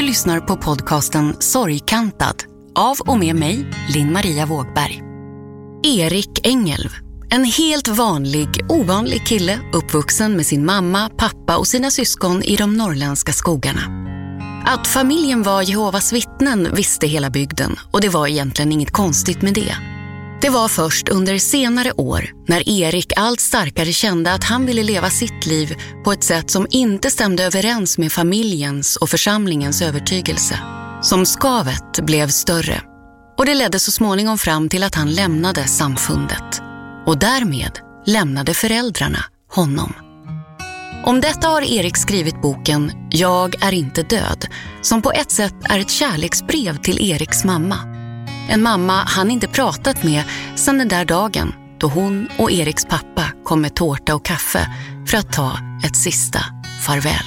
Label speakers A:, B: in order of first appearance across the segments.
A: lyssnar på podcasten Sorgkantad av och med mig, Linn-Maria Wågberg. Erik Engelv, en helt vanlig, ovanlig kille uppvuxen med sin mamma, pappa och sina syskon i de norrländska skogarna. Att familjen var Jehovas vittnen visste hela bygden och det var egentligen inget konstigt med det. Det var först under senare år när Erik allt starkare kände att han ville leva sitt liv på ett sätt som inte stämde överens med familjens och församlingens övertygelse, som skavet blev större. Och det ledde så småningom fram till att han lämnade samfundet. Och därmed lämnade föräldrarna honom. Om detta har Erik skrivit boken Jag är inte död, som på ett sätt är ett kärleksbrev till Eriks mamma. En mamma han inte pratat med sedan den där dagen då hon och Eriks pappa kom med tårta och kaffe för att ta ett sista farväl.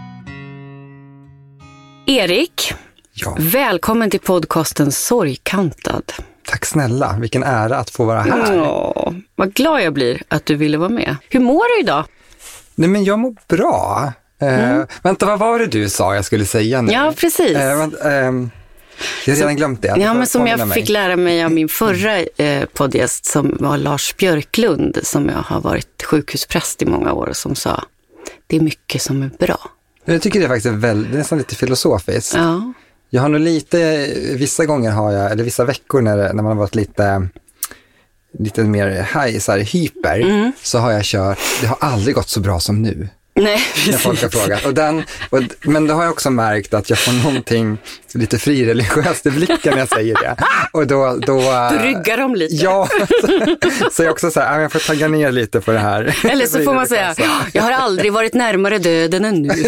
A: Erik, välkommen till podcasten Sorgkantad.
B: Tack snälla, vilken ära att få vara här.
A: Vad glad jag blir att du ville vara med. Hur mår du idag?
B: Nej, men jag mår bra. Vänta, vad var det du sa jag skulle säga nu?
A: Ja, precis.
B: Jag har redan glömt det.
A: Ja, men som jag fick lära mig av min förra poddgäst som var Lars Björklund, som jag har varit sjukhuspräst i många år och som sa, det är mycket som är bra.
B: Jag tycker det är faktiskt det är nästan lite filosofiskt. Ja. Jag har nog lite, vissa gånger har jag, eller vissa veckor när man har varit lite mer hyper, så har jag kört, det har aldrig gått så bra som nu.
A: Nej,
B: när folk har frågat. Men då har jag också märkt att jag får någonting lite frireligiöst i blicken när jag säger det. Och då
A: ryggar de lite.
B: Ja, så jag också så här, jag får tagga ner lite på det här.
A: Eller så får man säga, jag har aldrig varit närmare döden än nu.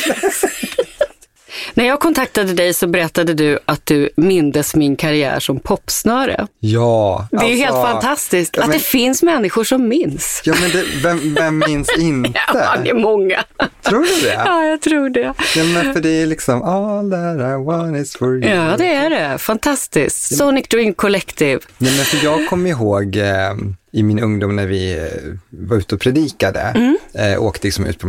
A: När jag kontaktade dig så berättade du att du mindes min karriär som popsnöre.
B: Ja.
A: Det är ju helt fantastiskt att det finns människor som minns.
B: Ja, men vem minns inte?
A: Ja, det är många.
B: Tror du det?
A: Ja, jag tror det.
B: Ja, men för det är liksom all that I want is for you.
A: Ja, det är det. Fantastiskt. Ja. Sonic Dream Collective.
B: Ja, men för jag kommer ihåg i min ungdom när vi var ute och predikade, åkte liksom ut på de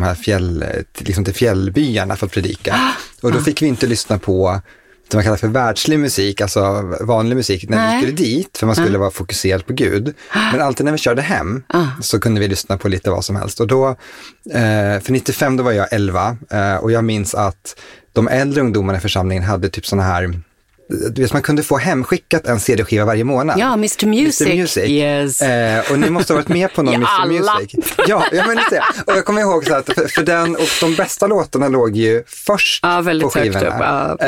B: här till fjällbyarna för att predika. Och då fick vi inte lyssna på det man kallar för världslig musik, alltså vanlig musik, när vi skulle dit, för man skulle vara fokuserad på Gud. Men alltid när vi körde hem så kunde vi lyssna på lite vad som helst. Och då, för 95 då var jag 11, och jag minns att de äldre ungdomarna i församlingen hade typ såna här, du vet, man kunde få hemskickat en CD-skiva varje månad.
A: Ja, Mr. Music. Yes.
B: Och ni måste ha varit med på någon Mr. Music. Ja, men lite. Och jag kommer ihåg så att för den och de bästa låtarna låg ju först på skivorna.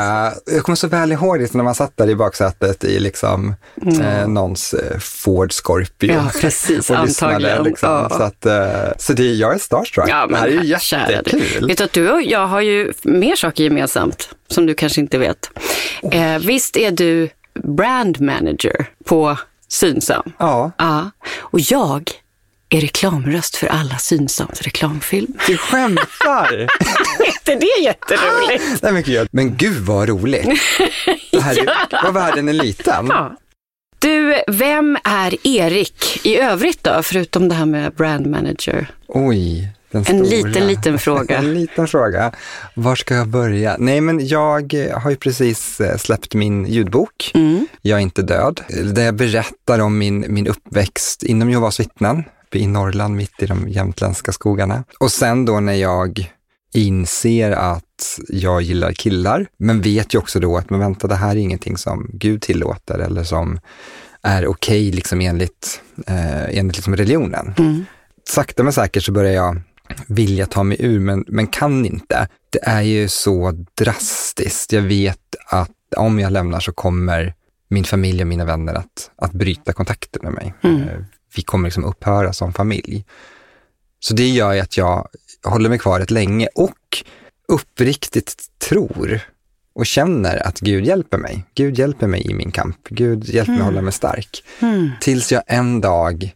B: Jag kommer så väl ihåg det när man satt där i baksätet i liksom någons Ford Scorpio.
A: Ja, precis. Och antagligen.
B: Liksom. Så det, jag är starstruck. Ja, det här är ju jättekul.
A: Vet du att du och jag har ju mer saker gemensamt som du kanske inte vet. Visst är du brand manager på Synsam?
B: Ja.
A: Och jag är reklamröst för alla Synsams reklamfilm.
B: Du skämtar!
A: Det är jätteroligt.
B: Det är mycket gött. Men gud vad roligt. Det här var världen är liten.
A: Ja. Du, vem är Erik i övrigt då, förutom det här med brand manager?
B: Oj,
A: en liten fråga.
B: En liten fråga. Var ska jag börja? Nej, men jag har ju precis släppt min ljudbok. Jag är inte död. Där jag berättar om min uppväxt inom Jehovas vittnen i Norrland, mitt i de jämtländska skogarna. Och sen då när jag inser att jag gillar killar, men vet ju också då att men vänta, det här är ingenting som Gud tillåter eller som är okej liksom enligt liksom religionen. Sakta men säkert så börjar jag vilja ta mig ur, men kan inte. Det är ju så drastiskt. Jag vet att om jag lämnar så kommer min familj och mina vänner att bryta kontakten med mig. Vi kommer liksom upphöra som familj. Så det gör ju att jag håller mig kvar rätt länge och uppriktigt tror och känner att Gud hjälper mig. Gud hjälper mig i min kamp. Gud hjälper mig att hålla mig stark. Tills jag en dag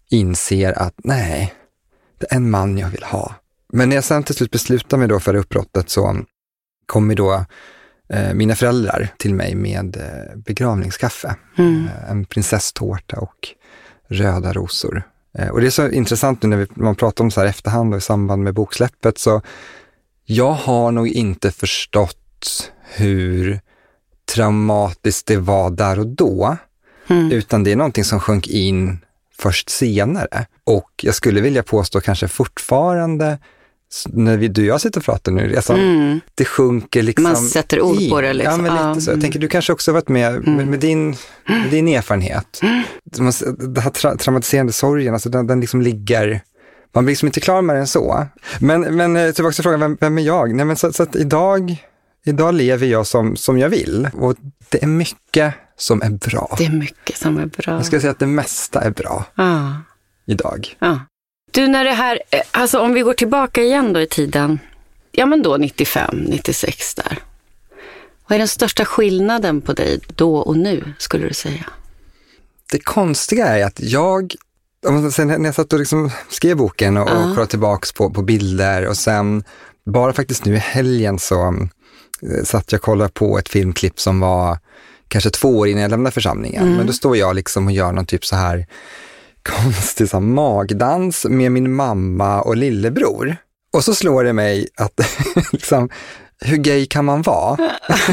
B: inser att nej, det är en man jag vill ha. Men när jag sen till slut beslutar mig då för uppbrottet så kommer då mina föräldrar till mig med begravningskaffe. En prinsesstårta och röda rosor. Och det är så intressant nu när man pratar om så här efterhand och i samband med boksläppet, så jag har nog inte förstått hur traumatiskt det var där och då. Utan det är någonting som sjönk in först senare. Och jag skulle vilja påstå kanske fortfarande, när du och jag sitter och pratar nu, alltså, det sjunker liksom. Man
C: sätter ord på det liksom.
B: Ja, men lite så. Jag tänker, du kanske också har varit med din erfarenhet. Det här traumatiserande sorgen, alltså den liksom ligger, man blir liksom inte klar med den så. Men tillbaka till frågan, vem är jag? Nej, men så att idag lever jag som jag vill. Och det är mycket som är bra.
C: Det är mycket som är bra.
B: Jag ska säga att det mesta är bra idag.
C: Ja. Du, när det här, alltså om vi går tillbaka igen då i tiden, ja men då 95, 96 där. Vad är den största skillnaden på dig då och nu, skulle du säga?
B: Det konstiga är att när jag satt och liksom skrev boken och kollade tillbaka på bilder, och sen bara faktiskt nu i helgen så satt jag och kollade på ett filmklipp som var kanske 2 år innan jag lämnade församlingen. Men då står jag liksom och gör någon typ så här konstig så här magdans med min mamma och lillebror. Och så slår det mig att liksom, hur gay kan man vara?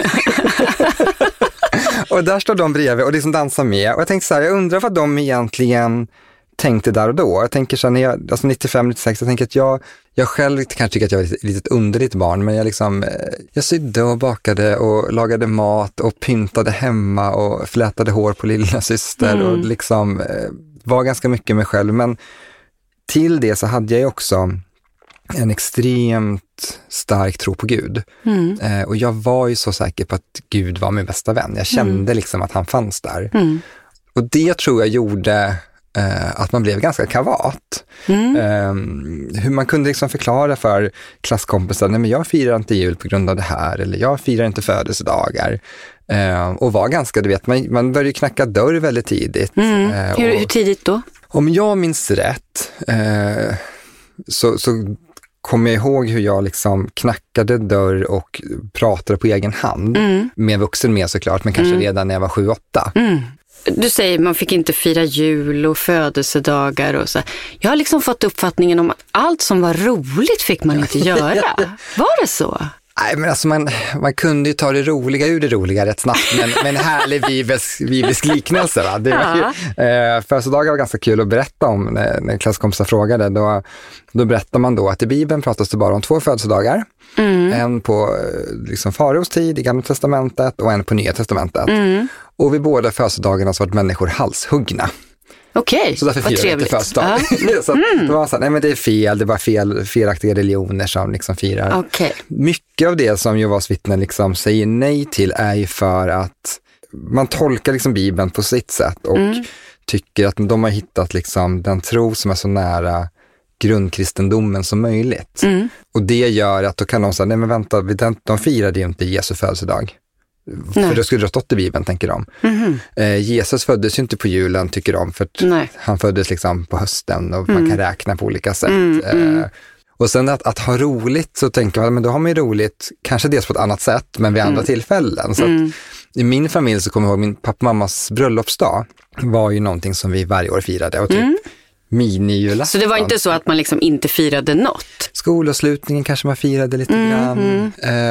B: Och där står de bredvid och liksom dansar med. Och jag tänkte så här, jag undrar vad de egentligen tänkte där och då. Jag tänker så här, när jag, alltså 95, 96, jag tänker att jag själv kanske tycker att jag är ett litet underligt barn, men jag sydde och bakade och lagade mat och pyntade hemma och flätade hår på lilla syster och liksom var ganska mycket mig själv. Men till det så hade jag ju också en extremt stark tro på Gud. Och jag var ju så säker på att Gud var min bästa vän. Jag kände liksom att han fanns där. Och det tror jag gjorde att man blev ganska kavat. Hur man kunde liksom förklara för klasskompisar, nej men jag firar inte jul på grund av det här, eller jag firar inte födelsedagar. Och var ganska, du vet, man började knacka dörr väldigt tidigt.
C: Hur tidigt då?
B: Om jag minns rätt så kommer jag ihåg hur jag liksom knackade dörr och pratade på egen hand. Med vuxen med såklart, men kanske redan när jag var 7-8.
C: Du säger man fick inte fira jul och födelsedagar och så. Jag har liksom fått uppfattningen om att allt som var roligt fick man inte göra. Var det så?
B: Nej, men alltså man kunde ju ta det roliga ur det roliga rätt snabbt, men härlig biblisk liknelse. Va? Det var ju, födelsedagar var ganska kul att berätta om när klasskompisar frågade. Då berättar man då att i Bibeln pratas det bara om 2 födelsedagar. En på liksom Faraos tid i Gamla testamentet och en på Nya testamentet. Och vid båda födelsedagarna så var människor halshuggna.
C: Okej,
B: så därför firar vi inte födelsedag. Så det var så här, nej men det är fel, det är bara felaktiga religioner som liksom firar.
C: Okay.
B: Mycket av det som Jehovas vittnen liksom säger nej till är ju för att man tolkar liksom Bibeln på sitt sätt och tycker att de har hittat liksom den tro som är så nära grundkristendomen som möjligt. Och det gör att då kan de säga, nej men vänta, de firade ju inte Jesu födelsedag. För då skulle det ha stått i Bibeln, tänker de. Jesus föddes ju inte på julen, tycker de, för att han föddes liksom på hösten och man kan räkna på olika sätt. Och sen att ha roligt, så tänker man, men då har man ju roligt kanske dels på ett annat sätt, men vid andra tillfällen. Så att i min familj så kommer jag ihåg min pappa och mammas bröllopsdag var ju någonting som vi varje år firade och typ mini-julafton.
C: Så det var inte så att man liksom inte firade något?
B: Skolavslutningen kanske man firade lite grann.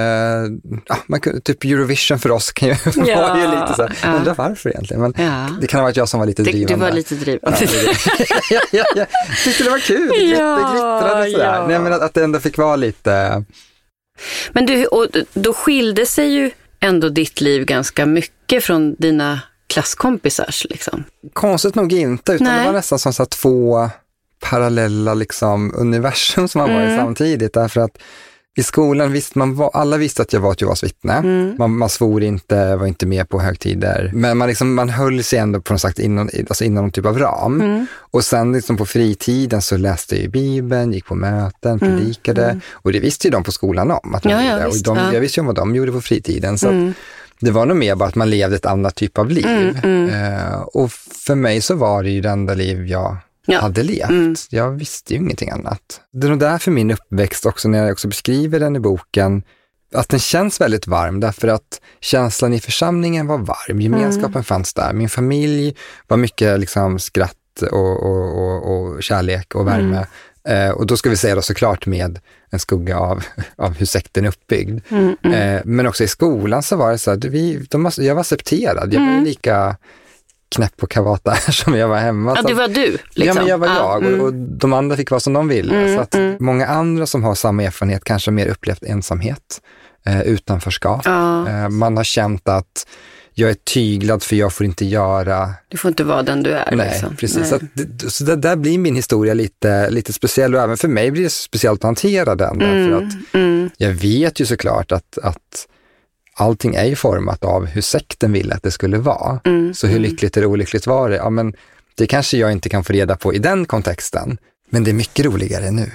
B: Man kunde, typ Eurovision för oss kan ju vara ju lite så här. Undrar varför egentligen. Men det kan ha varit jag som var lite drivande.
C: Du var lite drivande.
B: Jag tyckte det var kul. Det glittrade sådär. Nej, men att det ändå fick vara lite...
C: Men du, och då skilde sig ju ändå ditt liv ganska mycket från dina klasskompisars liksom.
B: Konstigt nog inte, utan det var nästan som så 2 parallella liksom universum som man var i samtidigt, därför att i skolan visste alla visste att jag var ett Jehovas vittne. Man svor inte, var inte med på högtider, men man höll sig ändå på något sagt inom någon typ av ram. Och sen liksom på fritiden så läste jag i Bibeln, gick på möten, predikade, och det visste ju de på skolan om att man gjorde. Och jag visste ju om vad de gjorde på fritiden, så att det var nog mer bara att man levde ett annat typ av liv. Och för mig så var det ju det enda liv jag hade levt. Jag visste ju ingenting annat. Det är nog därför min uppväxt också, när jag också beskriver den i boken, att den känns väldigt varm, därför att känslan i församlingen var varm. Gemenskapen fanns där. Min familj var mycket liksom skratt och kärlek och värme. Och då ska vi säga då såklart med en skugga av hur sekten är uppbyggd. Men också i skolan så var det så att jag var accepterad. Jag var lika knäpp och kavat där som jag var hemma.
C: Ja, det var du liksom.
B: Ja, men jag var jag och de andra fick vara som de ville. Så att många andra som har samma erfarenhet kanske mer upplevt ensamhet, utanförskap. Man har känt att jag är tyglad för jag får inte göra...
C: Du får inte vara den du är.
B: Nej,
C: liksom.
B: Precis. Så det där blir min historia lite speciell och även för mig blir det speciellt att hantera den. Därför att jag vet ju såklart att allting är ju format av hur sekten ville att det skulle vara. Så hur lyckligt eller olyckligt var det? Ja, men det kanske jag inte kan få reda på i den kontexten. Men det är mycket roligare nu.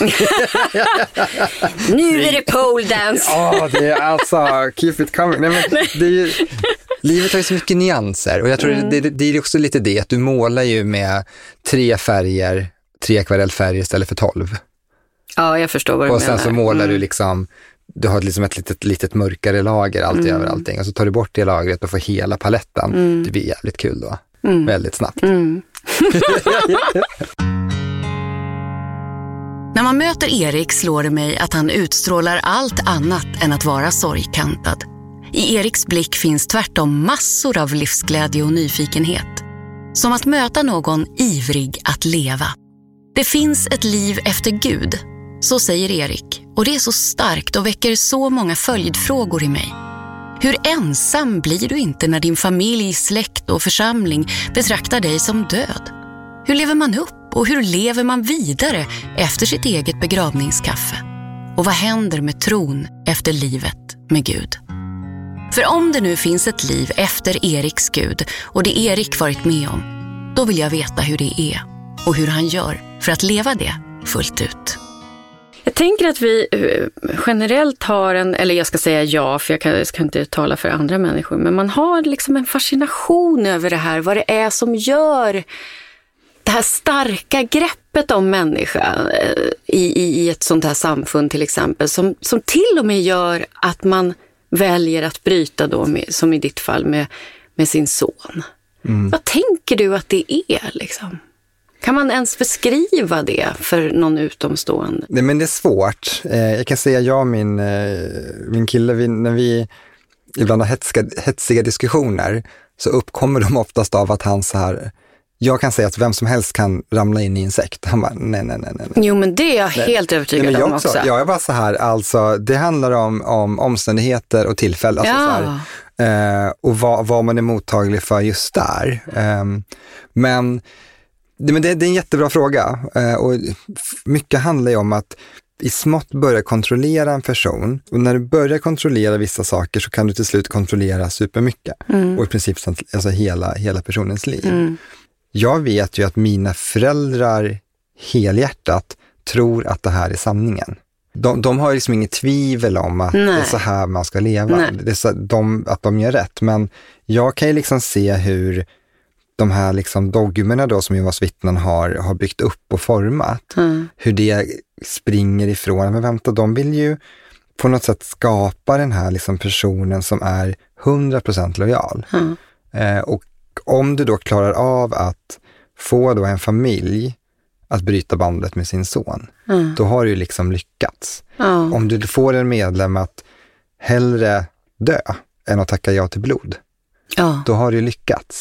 C: Nu är det pole dance.
B: Ja, det är alltså keep it coming. Nej, men det är ju, livet har ju så mycket nyanser. Och jag tror det är också lite det att du målar ju med 3 akvarellfärger istället för 12.
C: Ja, jag förstår vad du menar.
B: Och sen så målar du liksom, du har liksom ett litet mörkare lager alltid över allting. Och så tar du bort det lagret och får hela paletten. Det blir jävligt kul då. Väldigt snabbt.
A: När man möter Erik slår det mig att han utstrålar allt annat än att vara sorgkantad. I Eriks blick finns tvärtom massor av livsglädje och nyfikenhet. Som att möta någon ivrig att leva. Det finns ett liv efter Gud, så säger Erik. Och det är så starkt och väcker så många följdfrågor i mig. Hur ensam blir du inte när din familj, släkt och församling betraktar dig som död? Hur lever man upp och hur lever man vidare efter sitt eget begravningskaffe? Och vad händer med tron efter livet med Gud? För om det nu finns ett liv efter Eriks Gud och det Erik varit med om, då vill jag veta hur det är och hur han gör för att leva det fullt ut.
C: Jag tänker att vi generellt har eller jag ska säga ja, för jag ska inte tala för andra människor, men man har liksom en fascination över det här, vad det är som gör det här starka greppet om människan i ett sånt här samfund till exempel, som till och med gör att man väljer att bryta då som i ditt fall med sin son. Vad tänker du att det är liksom? Kan man ens beskriva det för någon utomstående?
B: Nej, men det är svårt. Jag kan säga jag och min kille, när vi ibland har hetsiga diskussioner så uppkommer de oftast av att han så här... Jag kan säga att vem som helst kan ramla in i en sekt. Han bara, nej.
C: Jo, men det är jag helt övertygad om också.
B: Jag är bara så här, alltså det handlar om omständigheter och tillfällen. Alltså, så här, och vad man är mottaglig för just där. Men det är en jättebra fråga. Och mycket handlar ju om att i smått börja kontrollera en person. Och när du börjar kontrollera vissa saker så kan du till slut kontrollera supermycket. Och i princip alltså hela personens liv. Jag vet ju att mina föräldrar helhjärtat tror att det här är sanningen. De har liksom inget tvivel om att det är så här man ska leva. Det är så att de gör rätt. Men jag kan ju liksom se hur de här liksom dogmerna då som Jehovas vittnen har byggt upp och format. Hur det springer ifrån. Men vänta, de vill ju på något sätt skapa den här liksom personen som är 100% lojal. Och om du då klarar av att få då en familj att bryta bandet med sin son, då har du liksom lyckats. Om du får en medlem att hellre dö än att tacka ja till blod, då har du lyckats.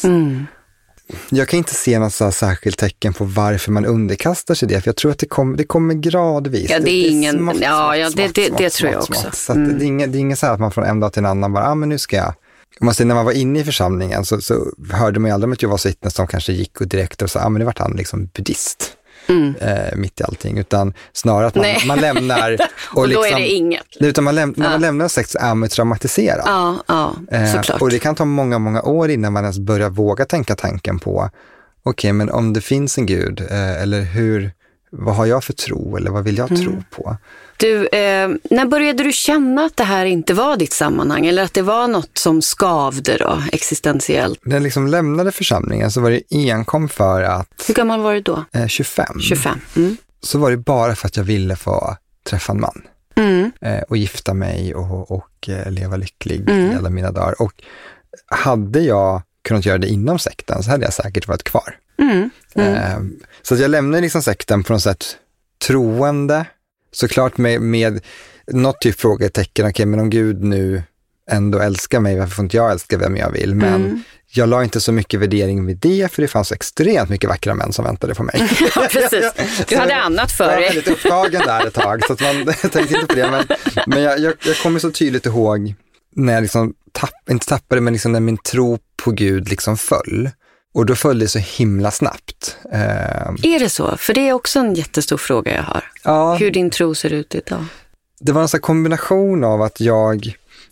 B: Jag kan inte se något så särskilt tecken på varför man underkastar sig det, för jag tror att det kommer gradvis.
C: Ja, det är ingen... Smått, det tror jag också.
B: Så att det är ingen så här att man från en dag till en annan bara, men nu ska jag... Om man säger, när man var inne i församlingen så hörde man ju aldrig om att jag var så vittne som kanske gick och direkt och sa, men det vart han liksom buddhist mitt i allting, utan snarare att man lämnar och
C: då
B: liksom,
C: är det inget.
B: Utan när man lämnar sex så är man traumatiserad.
C: Såklart.
B: Och det kan ta många år innan man ens börjar våga tänka tanken på okej, men om det finns en gud eller vad har jag för tro eller vad vill jag tro på?
C: Du, när började du känna att det här inte var ditt sammanhang eller att det var något som skavde då, existentiellt?
B: När jag liksom lämnade församlingen så var det enkom för att...
C: Hur gammal var du då?
B: 25.
C: 25.
B: Så var det bara för att jag ville få träffa en man. Och gifta mig och leva lycklig i alla mina dagar. Och hade jag kunnat göra det inom sekten så hade jag säkert varit kvar. Så att jag lämnade liksom sekten på något sätt troende. Såklart med något typ frågetecken, okej, men om Gud nu ändå älskar mig, varför får inte jag älska vem jag vill? Men jag la inte så mycket värdering vid det, för det fanns extremt mycket vackra män som väntade på mig.
C: Ja, precis. Du hade annat för dig.
B: Jag var väldigt upptagen där ett tag, så att man tänkte inte på det. Men jag kommer så tydligt ihåg när jag liksom inte tappade, men liksom när min tro på Gud liksom föll. Och då föll det så himla snabbt.
C: Är det så? För det är också en jättestor fråga jag har. Ja. Hur din tro ser ut idag.
B: Det var en sån kombination av att jag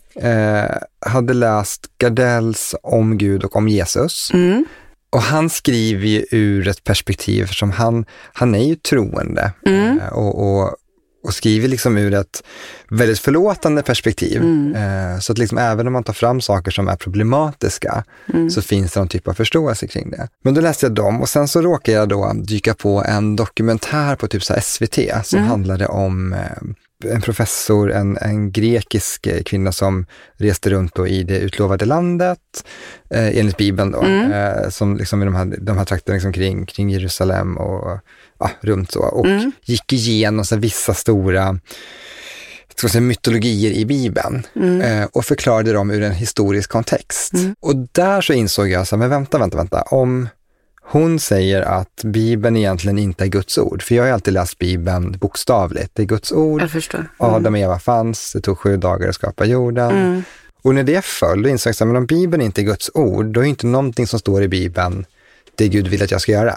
B: hade läst Gardells om Gud och om Jesus. Och han skriver ju ur ett perspektiv som han är ju troende. Och skriver liksom ur ett väldigt förlåtande perspektiv. Så att liksom även om man tar fram saker som är problematiska så finns det någon typ av förståelse kring det. Men då läste jag dem och sen så råkade jag då dyka på en dokumentär på typ så här SVT som handlade om en professor, en grekisk kvinna som reste runt då i det utlovade landet enligt Bibeln då, som liksom i de här trakterna liksom kring Jerusalem och runt så, och gick igenom så vissa stora mytologier i Bibeln och förklarade dem ur en historisk kontext. Och där så insåg jag så här, men vänta, om hon säger att Bibeln egentligen inte är Guds ord, för jag har ju alltid läst Bibeln bokstavligt, det är Guds ord.
C: Jag förstår.
B: Adam och Eva fanns, det tog 7 dagar att skapa jorden. Och när det föll, då insåg jag att om Bibeln inte är Guds ord, då är inte någonting som står i Bibeln det Gud vill att jag ska göra.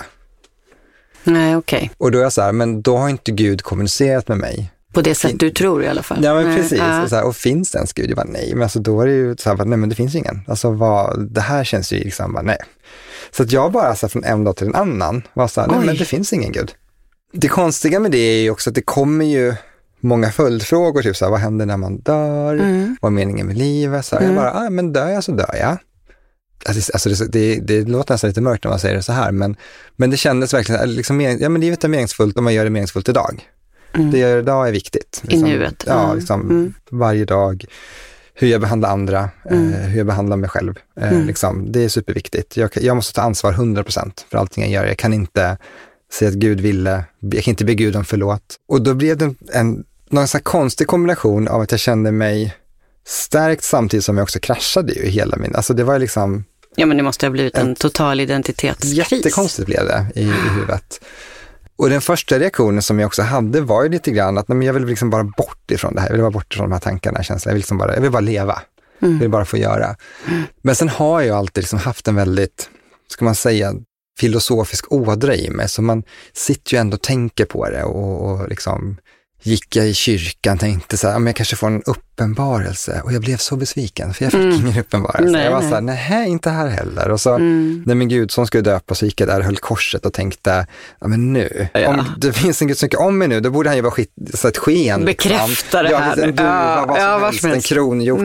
C: Nej, okej.
B: Och då är jag så här, men då har inte Gud kommunicerat med mig.
C: På det sätt du tror i alla fall.
B: Ja, men precis. Och, så här, och finns det ens Gud? Jag bara, nej. Men alltså då är det ju så här, nej men det finns ingen. Alltså det här känns ju liksom bara, nej. Så att jag bara så här, från en dag till en annan var så här, nej men det finns ingen Gud. Det konstiga med det är ju också att det kommer ju många följdfrågor, typ så här, vad händer när man dör? Vad är meningen med livet? Så här, jag bara, men dör jag så dör jag. Alltså det låter nästan lite mörkt när man säger det så här, men det kändes verkligen liksom, ja men livet är meningsfullt om man gör det meningsfullt idag. Det jag gör idag är viktigt. Liksom,
C: i nuet.
B: Ja, liksom, varje dag. Hur jag behandlar andra, hur jag behandlar mig själv. Liksom, det är superviktigt. Jag måste ta ansvar 100% för allting jag gör. Jag kan inte säga att Gud ville, jag kan inte be Gud om förlåt. Och då blev det någon sån här konstig kombination av att jag kände mig stärkt samtidigt som jag också kraschade ju hela min, alltså det var liksom...
C: Ja, men det måste ha blivit en total identitetskris.
B: Jättekonstigt blev det i huvudet. Och den första reaktionen som jag också hade var ju lite grann att nej, men jag vill liksom bara bort ifrån det här. Jag vill bara bort ifrån de här tankarna, känslorna. Jag vill bara leva. Jag vill bara få göra. Men sen har jag alltid liksom haft en väldigt, ska man säga, filosofisk ådra i mig. Så man sitter ju ändå och tänker på det och liksom... Gick jag i kyrkan, tänkte så här, men jag kanske får en uppenbarelse. Och jag blev så besviken, för jag fick ingen uppenbarelse. Jag var så här, nej, inte här heller. Och så, när min Gud som skulle döpa, så gick jag där och höll korset och tänkte, ja men nu, om det finns en Gud som mycket om mig nu, då borde han ju vara så ett sken.
C: Bekräfta det här.
B: En kronhjort.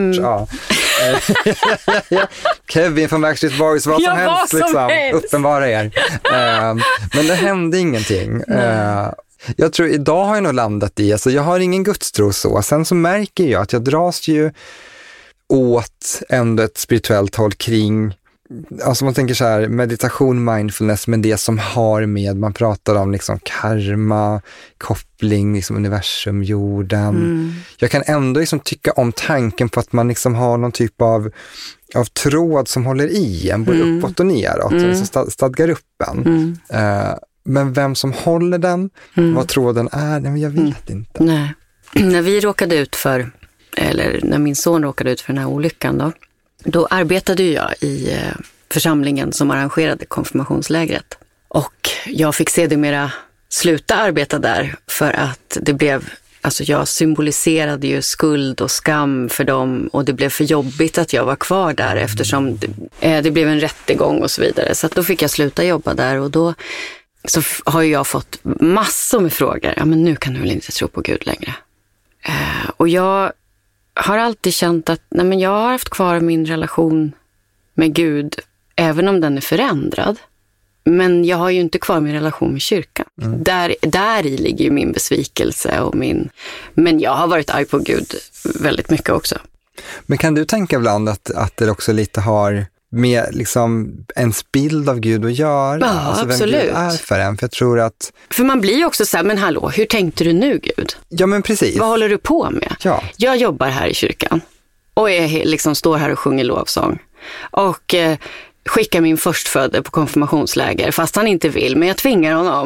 B: Kevin från Backstreet Boys, vad som helst. Liksom, uppenbara er. Men det hände ingenting. Jag tror idag har jag nog landat i, alltså jag har ingen gudstro så. Sen så märker jag att jag dras ju åt ändå ett spirituellt håll kring, alltså man tänker så här, meditation, mindfulness, men det som har med, man pratar om liksom karma, koppling, liksom universum, jorden. Jag kan ändå liksom tycka om tanken på att man liksom har någon typ av tråd som håller i en, både uppåt och neråt, som stadgar upp en. Men vem som håller den, vad tråden är, nej, jag vet inte.
C: Nej. När vi råkade ut för, eller när min son råkade ut för den här olyckan då arbetade jag i församlingen som arrangerade konfirmationslägret. Och jag fick sedermera sluta arbeta där för att det blev, alltså jag symboliserade ju skuld och skam för dem och det blev för jobbigt att jag var kvar där eftersom det blev en rättegång och så vidare. Så att då fick jag sluta jobba där och då så har jag fått massor med frågor. Ja, men nu kan du väl inte tro på Gud längre. Och jag har alltid känt att nej, men jag har haft kvar min relation med Gud även om den är förändrad. Men jag har ju inte kvar min relation med kyrkan. Där i ligger ju min besvikelse och men jag har varit arg på Gud väldigt mycket också.
B: Men kan du tänka ibland att det också lite har med liksom ens bild av Gud att göra.
C: Ja,
B: alltså vem
C: absolut.
B: Gud är för en. För jag tror att...
C: För man blir ju också så här, men hallå, hur tänkte du nu, Gud?
B: Ja, men precis.
C: Vad håller du på med?
B: Ja.
C: Jag jobbar här i kyrkan och liksom står här och sjunger lovsång. Och skickar min förstfödde på konfirmationsläger, fast han inte vill, men jag tvingar honom.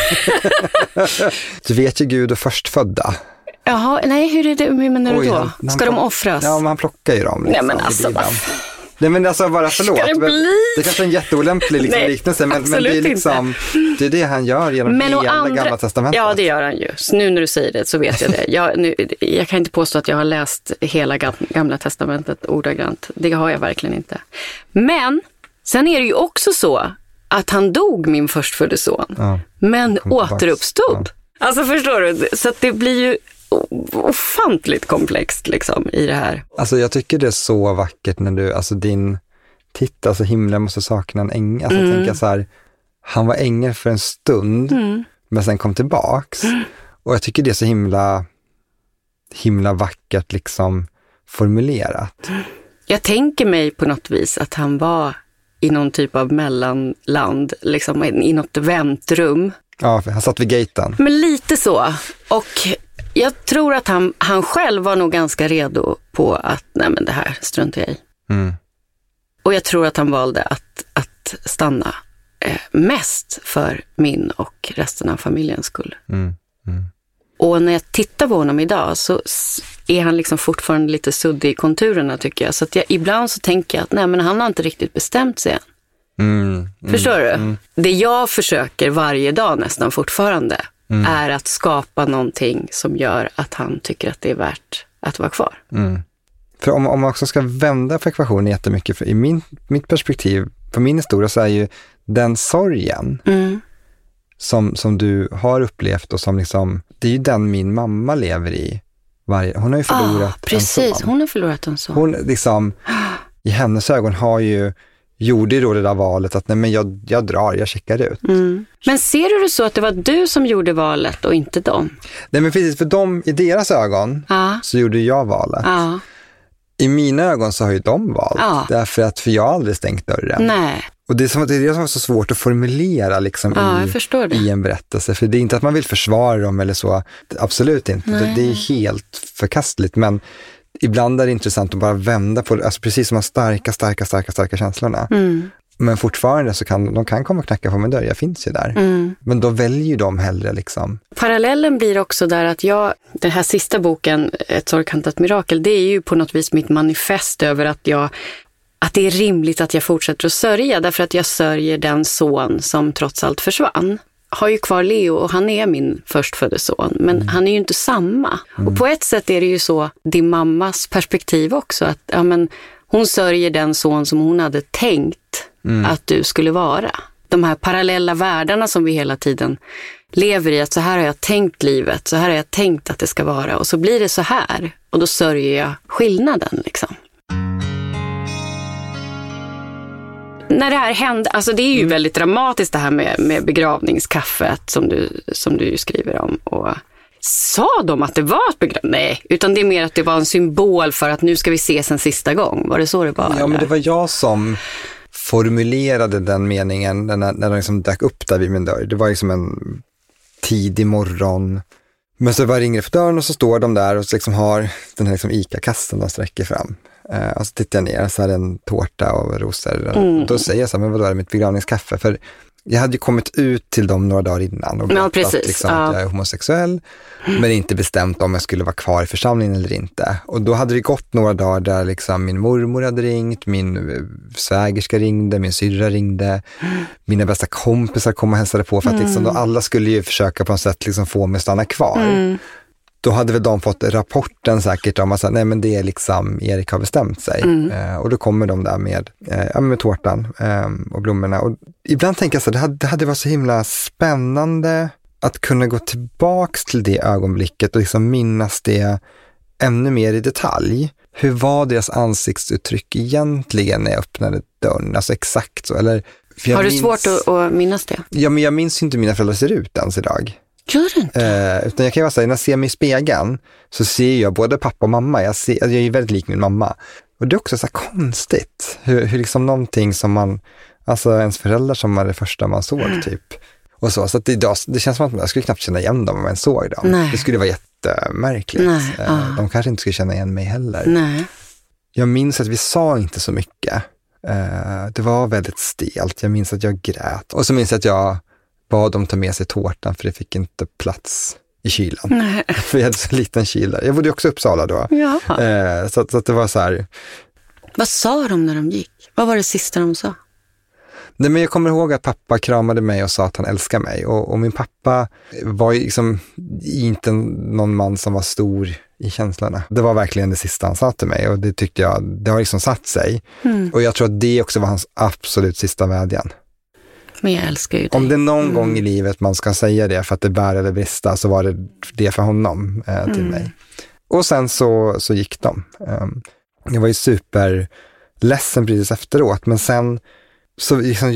B: Du vet ju Gud och förstfödda.
C: Jaha, nej, hur menar du då? Ska de offras?
B: Ja, man plockar ju dem. Liksom,
C: nej, men alltså,
B: nej, men alltså bara förlåt.
C: Ska det bli?
B: Det kanske är en jätteolämplig liksom, liknelse, men det är liksom det är det han gör genom hela Gamla testamentet.
C: Ja, det gör han ju. Så nu när du säger det så vet jag det. Jag kan inte påstå att jag har läst hela Gamla testamentet ordagrant. Det har jag verkligen inte. Men sen är det ju också så att han dog, min förstfödde son, men återuppstod. Ja. Alltså förstår du? Så att det blir ju ofantligt komplext liksom i det här.
B: Alltså jag tycker det är så vackert när du, alltså titta, alltså himlen måste sakna en ängel. Alltså tänka så här, han var ängel för en stund, men sen kom tillbaks. Och jag tycker det är så himla vackert liksom formulerat.
C: Jag tänker mig på något vis att han var i någon typ av mellanland, liksom i något väntrum.
B: Ja, han satt vid gaten.
C: Men lite så. Och jag tror att han själv var nog ganska redo på att nej, men det här struntar jag i. Och jag tror att han valde att stanna mest för min och resten av familjens skull. Och när jag tittar på honom idag så är han liksom fortfarande lite suddig i konturerna, tycker jag. Så att ibland så tänker jag att nej, men han har inte riktigt bestämt sig än. Förstår du? Det jag försöker varje dag nästan fortfarande är att skapa någonting som gör att han tycker att det är värt att vara kvar.
B: För om man också ska vända på ekvationen jättemycket, för i mitt perspektiv, på min historia, så är ju den sorgen som du har upplevt och som liksom, det är ju den min mamma lever i. Hon har ju förlorat en son.
C: Precis, hon har förlorat en son.
B: Hon liksom, i hennes ögon gjorde då det där valet att nej, men jag checkar ut.
C: Men ser du det så att det var du som gjorde valet och inte dem?
B: Nej, men precis, för dem, i deras ögon så gjorde jag valet. I mina ögon så har ju de valt. För jag har aldrig stängt dörren. Nej. Och det är det som var så svårt att formulera liksom i en berättelse. För det är inte att man vill försvara dem eller så. Absolut inte. Det är helt förkastligt. Men ibland är det intressant att bara vända på det. Alltså precis som de starka känslorna. Men fortfarande så kan de komma och knacka på min dörr. Jag finns ju där. Men då väljer ju de hellre liksom. Parallellen
C: blir också där att den här sista boken, Ett sorgkantat mirakel, det är ju på något vis mitt manifest över att det är rimligt att jag fortsätter att sörja. Därför att jag sörjer den son som trots allt försvann. Har ju kvar Leo och han är min förstfödde son. Men han är ju inte samma. Och på ett sätt är det ju så din mammas perspektiv också. Att hon sörjer den son som hon hade tänkt att du skulle vara. De här parallella världarna som vi hela tiden lever i. Att så här har jag tänkt livet. Så här har jag tänkt att det ska vara. Och så blir det så här. Och då sörjer jag skillnaden liksom. När det här hände, alltså det är ju väldigt dramatiskt det här med begravningskaffet som du skriver om. Och sa de att det var ett Nej, utan det är mer att det var en symbol för att nu ska vi ses en sista gång. Var det så det var?
B: Ja, men det var jag som formulerade den meningen när de liksom dök upp där vid min dörr. Det var liksom en tidig morgon. Men så bara ringer det på dörren och så står de där och så liksom har den här liksom ICA-kassen de sträcker fram. Och så tittar jag ner så är det en tårta och rosor. Då säger jag så här, men vad är det mitt begravningskaffe? För jag hade ju kommit ut till dem några dagar innan och berättat liksom, att jag är homosexuell. Men inte bestämt om jag skulle vara kvar i församlingen eller inte. Och då hade det gått några dagar där liksom min mormor hade ringt, min svägerska ringde, min syrra ringde. Mina bästa kompisar kom och hälsade på för att liksom, då alla skulle ju försöka på något sätt liksom få mig att stanna kvar. Då hade väl de fått rapporten säkert om att nej, men det är liksom Erik har bestämt sig. Och då kommer de där med tårtan och blommorna. Och ibland tänker jag så det hade varit så himla spännande att kunna gå tillbaks till det ögonblicket och liksom minnas det ännu mer i detalj. Hur var deras ansiktsuttryck egentligen när jag öppnade dörren? Alltså exakt så. Eller,
C: har du svårt att minnas det?
B: Ja, men jag minns inte hur mina föräldrar ser ut ens idag.
C: Gör det inte?
B: Utan jag kan ju vara så här, när jag ser mig i spegeln så ser jag både pappa och mamma. Jag är ju väldigt lik min mamma. Och det är också så här konstigt. Hur liksom någonting som man, alltså ens föräldrar som var det första man såg typ. Och så att det känns som att jag skulle knappt känna igen dem om man såg dem.
C: Nej.
B: Det skulle vara jättemärkligt. De kanske inte skulle känna igen mig heller.
C: Nej.
B: Jag minns att vi sa inte så mycket. Det var väldigt stelt. Jag minns att jag grät. Och så minns jag att jag bad dem ta med sig tårtan för det fick inte plats i kylan.
C: Nej.
B: För jag hade så liten kyl där. Jag bodde ju också i Uppsala då.
C: Ja.
B: Så att det var så här.
C: Vad sa de när de gick? Vad var det sista de sa?
B: Nej, men jag kommer ihåg att pappa kramade mig och sa att han älskar mig. Och min pappa var ju liksom inte någon man som var stor i känslorna. Det var verkligen det sista han sa till mig. Och det tyckte jag, det har liksom satt sig. Och jag tror att det också var hans absolut sista vädjan.
C: Men jag älskar ju dig.
B: Om det någon gång i livet man ska säga det för att det bär eller brista, så var det för honom till mig. Och sen så gick de. Jag var ju super ledsen precis efteråt, men sen så liksom,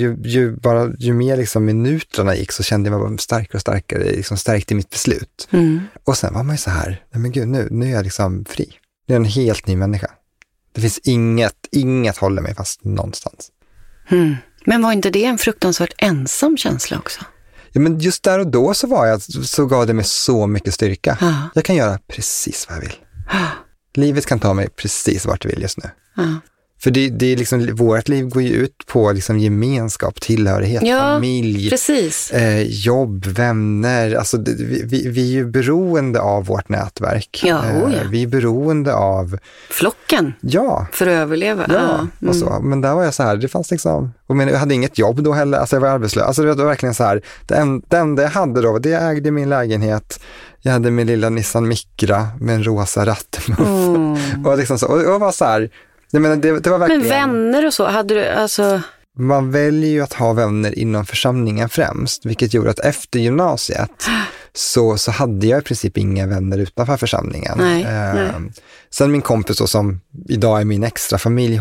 B: ju mer liksom minuterna gick så kände jag mig starkare och starkare, liksom stärkte mitt beslut. Och sen var man ju så här, nej men gud, nu är jag liksom fri. Det är en helt ny människa. Det finns inget håller mig fast någonstans.
C: Men var inte det en fruktansvärt ensam känsla också?
B: Ja, men just där och då så gav det mig så mycket styrka. Jag kan göra precis vad jag vill. Livet kan ta mig precis vart det vill just nu. För det är liksom, vårt liv går ju ut på liksom gemenskap, tillhörighet, familj,
C: precis.
B: Jobb, vänner. Alltså vi är ju beroende av vårt nätverk. Vi är beroende av
C: flocken.
B: Ja.
C: För att överleva.
B: Och så. Men där var jag så här, det fanns liksom, och men jag hade inget jobb då heller, alltså jag var arbetslös. Alltså det var verkligen så här, det enda jag hade då, det jag ägde min lägenhet. Jag hade min lilla Nissan Micra med en rosa rattmuff. Och liksom så, och det var så här. Jag menar, det var verkligen... Men
C: vänner och så, hade du alltså...
B: Man väljer ju att ha vänner inom församlingen främst, vilket gjorde att efter gymnasiet så hade jag i princip inga vänner utanför församlingen.
C: Nej.
B: Sen min kompis då, som idag är min extra familj,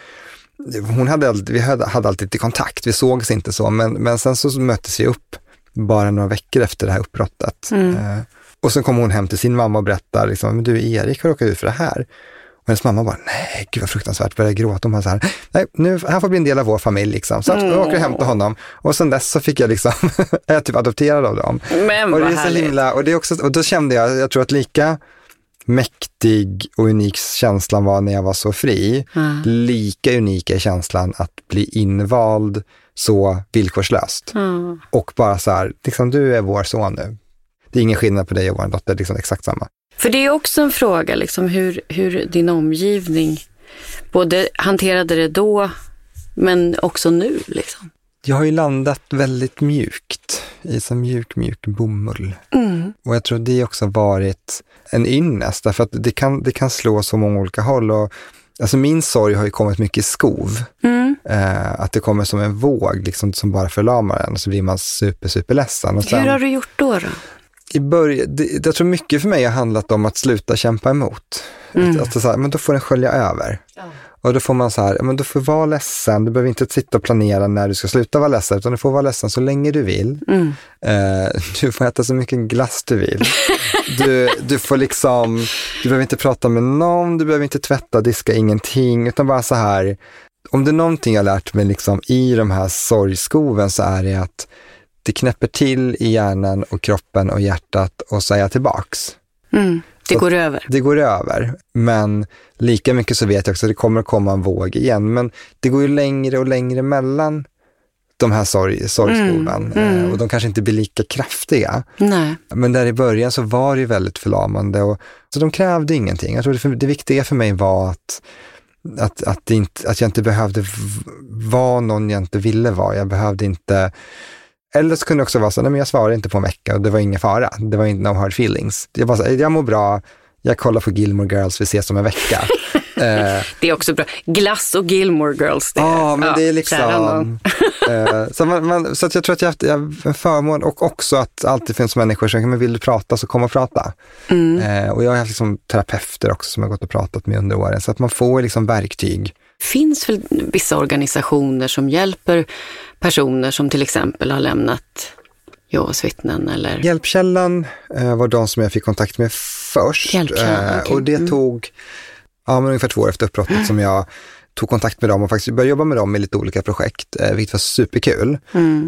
B: vi hade alltid lite kontakt, vi sågs inte så, men sen så möttes vi upp bara några veckor efter det här uppbrottet. Och sen kom hon hem till sin mamma och berättade liksom, men du Erik har råkat ut för det här. Och hennes mamma bara, nej gud vad fruktansvärt, började gråta. Hon bara så här, nej nu, han får bli en del av vår familj liksom. Så jag åker hem till honom. Och sen dess så fick jag liksom, jag typ adopterad av dem.
C: Men
B: och det
C: vad
B: är så
C: härligt.
B: himla, och det är också, och då kände jag tror att lika mäktig och unik känslan var när jag var så fri. Lika unika är känslan att bli invald så villkorslöst. Och bara så här, liksom du är vår son nu. Det är ingen skillnad på dig och vår dotter, liksom exakt samma.
C: För det är också en fråga liksom, hur din omgivning både hanterade det då men också nu liksom.
B: Jag har ju landat väldigt mjukt i så mjuk bomull. Och jag tror det också varit en ynnest, därför att det kan slå så många olika håll. Och, alltså min sorg har ju kommit mycket i skov. Att det kommer som en våg liksom, som bara förlamar en, och så blir man super ledsen. Och sen,
C: hur har du gjort då?
B: Jag tror mycket för mig har handlat om att sluta kämpa emot. Att så här, men då får den skölja över. Och då får man så här, men du får vara ledsen. Du behöver inte sitta och planera när du ska sluta vara ledsen, utan du får vara ledsen så länge du vill. Du får äta så mycket glass du vill. Du får liksom, du behöver inte prata med någon, du behöver inte tvätta, diska, ingenting, utan bara så här. Om det är någonting jag har lärt mig liksom i de här sorgskoven, så är det att det knäpper till i hjärnan och kroppen och hjärtat och säger tillbaks.
C: Det går över.
B: Det går över. Men lika mycket så vet jag också att det kommer att komma en våg igen. Men det går ju längre och längre mellan de här sorgskoven. Och de kanske inte blir lika kraftiga.
C: Nej.
B: Men där i början så var det ju väldigt förlamande. Så de krävde ingenting. Jag tror det viktiga för mig var att jag inte behövde vara någon jag inte ville vara. Jag behövde inte... Eller så kunde det också vara så, nej men jag svarade inte på en vecka och det var ingen fara. Det var inte no hard feelings. Jag bara så, jag mår bra, jag kollar på Gilmore Girls, vi ses om en vecka.
C: Det är också bra. Glass och Gilmore Girls.
B: Men det är liksom... så att jag tror att jag har en förmån, och också att alltid finns människor som men vill du prata så kom och prata. Och jag har haft liksom terapeuter också som har gått och pratat med under åren, så att man får liksom verktyg.
C: Finns väl vissa organisationer som hjälper personer som till exempel har lämnat Jehovas vittnen eller...
B: Hjälpkällan var de som jag fick kontakt med först.
C: Okay.
B: Och det tog men ungefär 2 år efter uppbrottet som jag tog kontakt med dem och faktiskt började jobba med dem i lite olika projekt, vilket var superkul.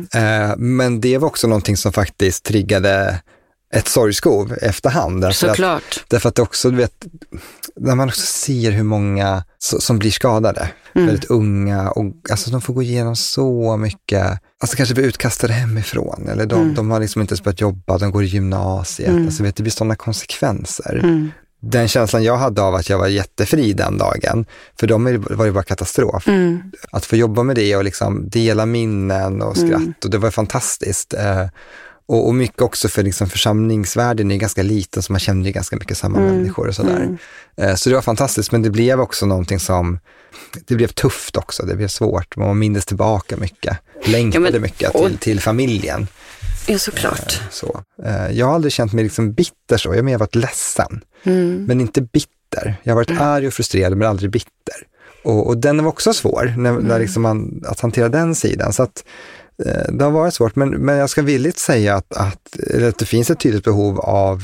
B: Men det var också någonting som faktiskt triggade ett sorgskov efterhand.
C: Såklart.
B: Därför att också, du vet, när man också ser hur många som blir skadade, väldigt unga, och alltså de får gå igenom så mycket, alltså kanske blir utkastade hemifrån, eller de har liksom inte ens börjat jobba, de går i gymnasiet, alltså vet, det blir sådana konsekvenser. Den känslan jag hade av att jag var jättefri den dagen, för dem var det bara katastrof. Att få jobba med det och liksom dela minnen och skratt, och det var fantastiskt. Och mycket också för liksom församlingsvärlden är ganska liten, så man känner ju ganska mycket samma människor och sådär. Så det var fantastiskt, men det blev också någonting som, det blev tufft också, det blev svårt. Man mindes tillbaka mycket, längtade mycket till familjen.
C: Ja, såklart.
B: Jag har aldrig känt mig liksom bitter så, jag har varit ledsen, men inte bitter. Jag har varit arg och frustrerad, men aldrig bitter. Och den var också svår, när liksom att hantera den sidan, så att det har varit svårt, men jag ska villigt säga att det finns ett tydligt behov av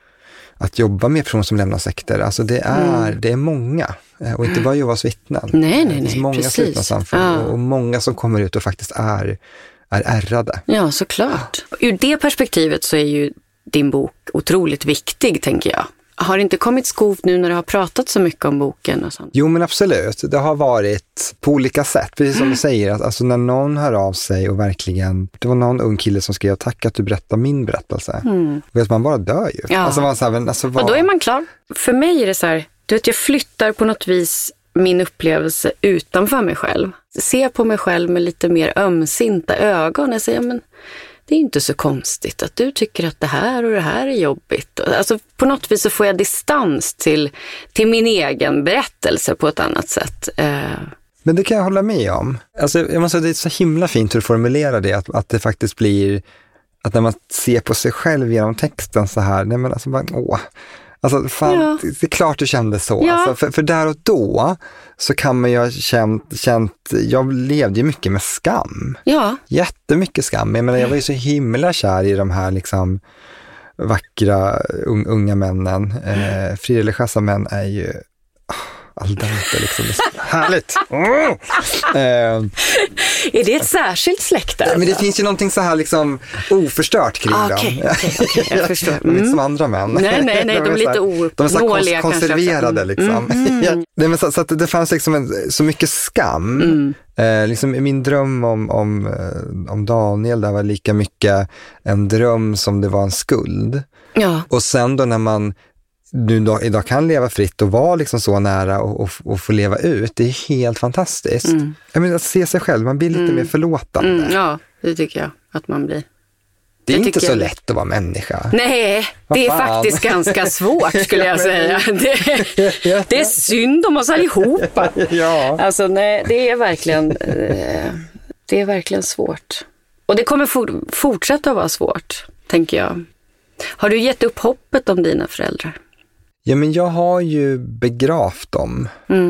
B: att jobba med personer som lämnar sekter. Alltså det är många, och inte bara Jehovas vittnen.
C: Nej,
B: det finns många slutna samfund, och många som kommer ut och faktiskt är ärrade.
C: Ja, såklart. Ur det perspektivet så är ju din bok otroligt viktig, tänker jag. Har det inte kommit skov nu när du har pratat så mycket om boken och sånt?
B: Jo, men absolut. Det har varit på olika sätt. Precis som du säger, att alltså när någon hör av sig och verkligen, det var någon ung kille som skrev tack att du berättar min berättelse. Vet man bara dör ju.
C: Ja.
B: Alltså, och
C: då är man klar. För mig är det så här, du vet, jag flyttar på något vis min upplevelse utanför mig själv. Ser på mig själv med lite mer ömsinta ögon. Jag säger, men det är inte så konstigt att du tycker att det här och det här är jobbigt. Alltså på något vis så får jag distans till min egen berättelse på ett annat sätt.
B: Men det kan jag hålla med om. Alltså, jag måste säga, det är så himla fint hur du formulerar det. Att det faktiskt blir, att när man ser på sig själv genom texten så här, nej men alltså bara, alltså fan, det är klart du kände så.
C: Ja.
B: Alltså, för där och då så kan man ju ha känt, jag levde ju mycket med skam.
C: Ja.
B: Jättemycket skam. Jag menar, jag var ju så himla kär i de här liksom vackra unga männen. Frireligiösa män är ju aldrig liksom, det är så härligt.
C: Är det ett särskilt släkte?
B: Men det finns ju någonting så här liksom oförstört kring dem.
C: Okej, jag förstår.
B: De är inte som andra män.
C: Nej, de är lite onåliga,
B: konserverade liksom. Nej, men så att det fanns liksom så mycket skam. Liksom min dröm om Daniel där var lika mycket en dröm som det var en skuld.
C: Ja.
B: Och sen då när man idag kan leva fritt och vara liksom så nära och få leva ut, det är helt fantastiskt. Jag menar, att se sig själv, man blir lite mer förlåtande.
C: Ja, det tycker jag att man blir.
B: Det är inte så lätt att vara människa.
C: Nej, det är faktiskt ganska svårt, skulle jag säga. Det är synd om oss allihopa.
B: Ja.
C: Alltså nej, det är verkligen svårt. Och det kommer fortsätta att vara svårt, tänker jag. Har du gett upp hoppet om dina föräldrar?
B: Ja, men jag har ju begravt dem.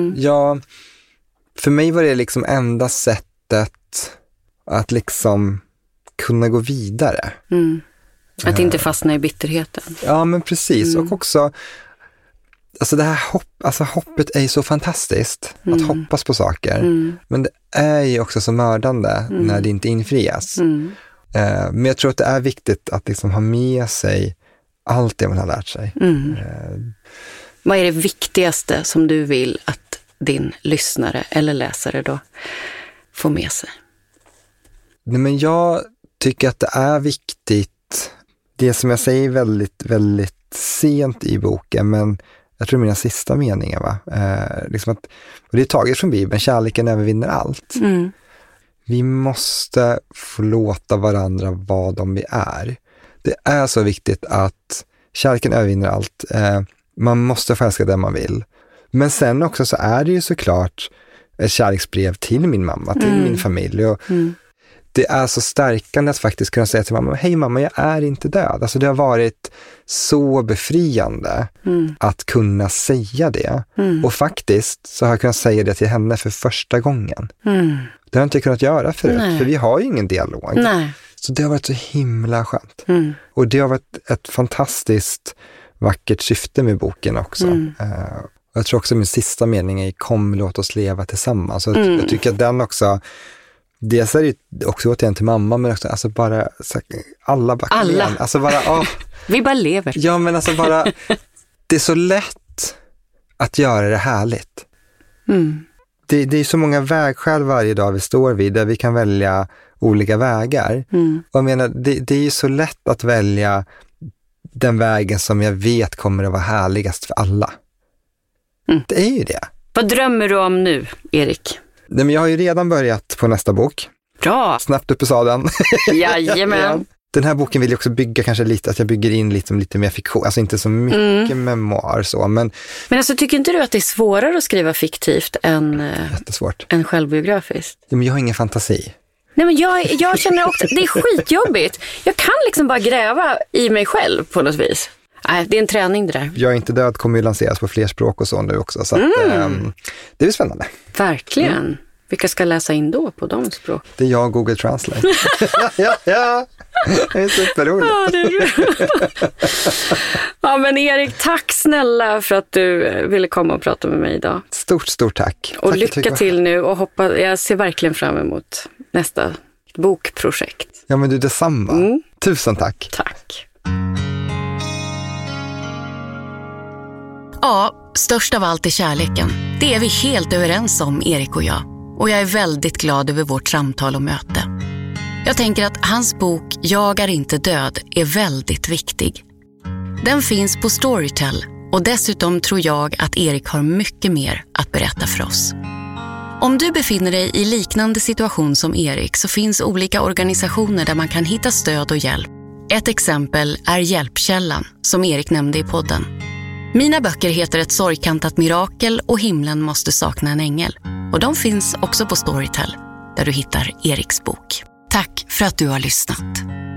B: För mig var det liksom enda sättet att liksom kunna gå vidare.
C: Att inte fastna i bitterheten.
B: Ja, men precis. Och också, alltså det här hoppet är ju så fantastiskt. Att hoppas på saker. Men det är ju också så mördande när det inte infrias. Men jag tror att det är viktigt att liksom ha med sig allt det man har lärt sig.
C: Vad är det viktigaste som du vill att din lyssnare eller läsare då får med sig?
B: Nej, men jag tycker att det är viktigt, det som jag säger väldigt, väldigt sent i boken, men jag tror mina sista meningar liksom att, och det är taget från Bibeln, kärleken övervinner allt. Vi måste få låta varandra vara de vi är. Det är så viktigt att kärleken övervinner allt. Man måste få älska den man vill. Men sen också så är det ju såklart ett kärleksbrev till min mamma, till min familj. Och det är så stärkande att faktiskt kunna säga till mamma, hej mamma, jag är inte död. Alltså det har varit så befriande att kunna säga det. Och faktiskt så har jag kunnat säga det till henne för första gången. Det har jag inte kunnat göra förut, för vi har ju ingen dialog.
C: Nej.
B: Så det har varit så himla skönt. Och det har varit ett fantastiskt vackert syfte med boken också. Och jag tror också min sista mening är kom, låt oss leva tillsammans. Och jag tycker att den också, dels är det också återigen till mamma, men också alltså bara så, alla. Alltså bara,
C: vi bara lever.
B: Ja, men alltså bara, det är så lätt att göra det härligt. Det är så många vägskäl varje dag vi står vid där vi kan välja olika vägar. Och jag menar, det är ju så lätt att välja den vägen som jag vet kommer att vara härligast för alla. Det är ju det.
C: Vad drömmer du om nu, Erik?
B: Nej, men jag har ju redan börjat på nästa bok.
C: Bra!
B: Snabbt upp i sadeln.
C: Jajamän.
B: Den här boken vill jag också bygga kanske lite, att jag bygger in lite mer fiktion. Alltså inte så mycket memoir så, men
C: alltså tycker inte du att det är svårare att skriva fiktivt än självbiografiskt?
B: Ja, men jag har ingen fantasi.
C: Nej, men jag känner också, det är skitjobbigt. Jag kan liksom bara gräva i mig själv på något vis. Nej, det är en träning det där.
B: Jag är inte död kommer ju lanseras på fler språk och så nu också. Så att, det är spännande.
C: Verkligen. Vilka ska läsa in då på de språk?
B: Det är jag och Google Translate. ja. Det är superroligt.
C: Ja, det är ja, men Erik, tack snälla för att du ville komma och prata med mig idag.
B: Stort tack.
C: Och
B: tack,
C: lycka till nu och jag ser verkligen fram emot nästa bokprojekt.
B: Ja, men du, detsamma. Tusen tack.
C: Tack.
A: Ja, störst av allt är kärleken. Det är vi helt överens om, Erik och jag. Och jag är väldigt glad över vårt samtal och möte. Jag tänker att hans bok Jag är inte död är väldigt viktig. Den finns på Storytel och dessutom tror jag att Erik har mycket mer att berätta för oss. Om du befinner dig i liknande situation som Erik så finns olika organisationer där man kan hitta stöd och hjälp. Ett exempel är Hjälpkällan som Erik nämnde i podden. Mina böcker heter Ett sorgkantat mirakel och Himlen måste sakna en ängel. Och de finns också på Storytel, där du hittar Eriks bok. Tack för att du har lyssnat.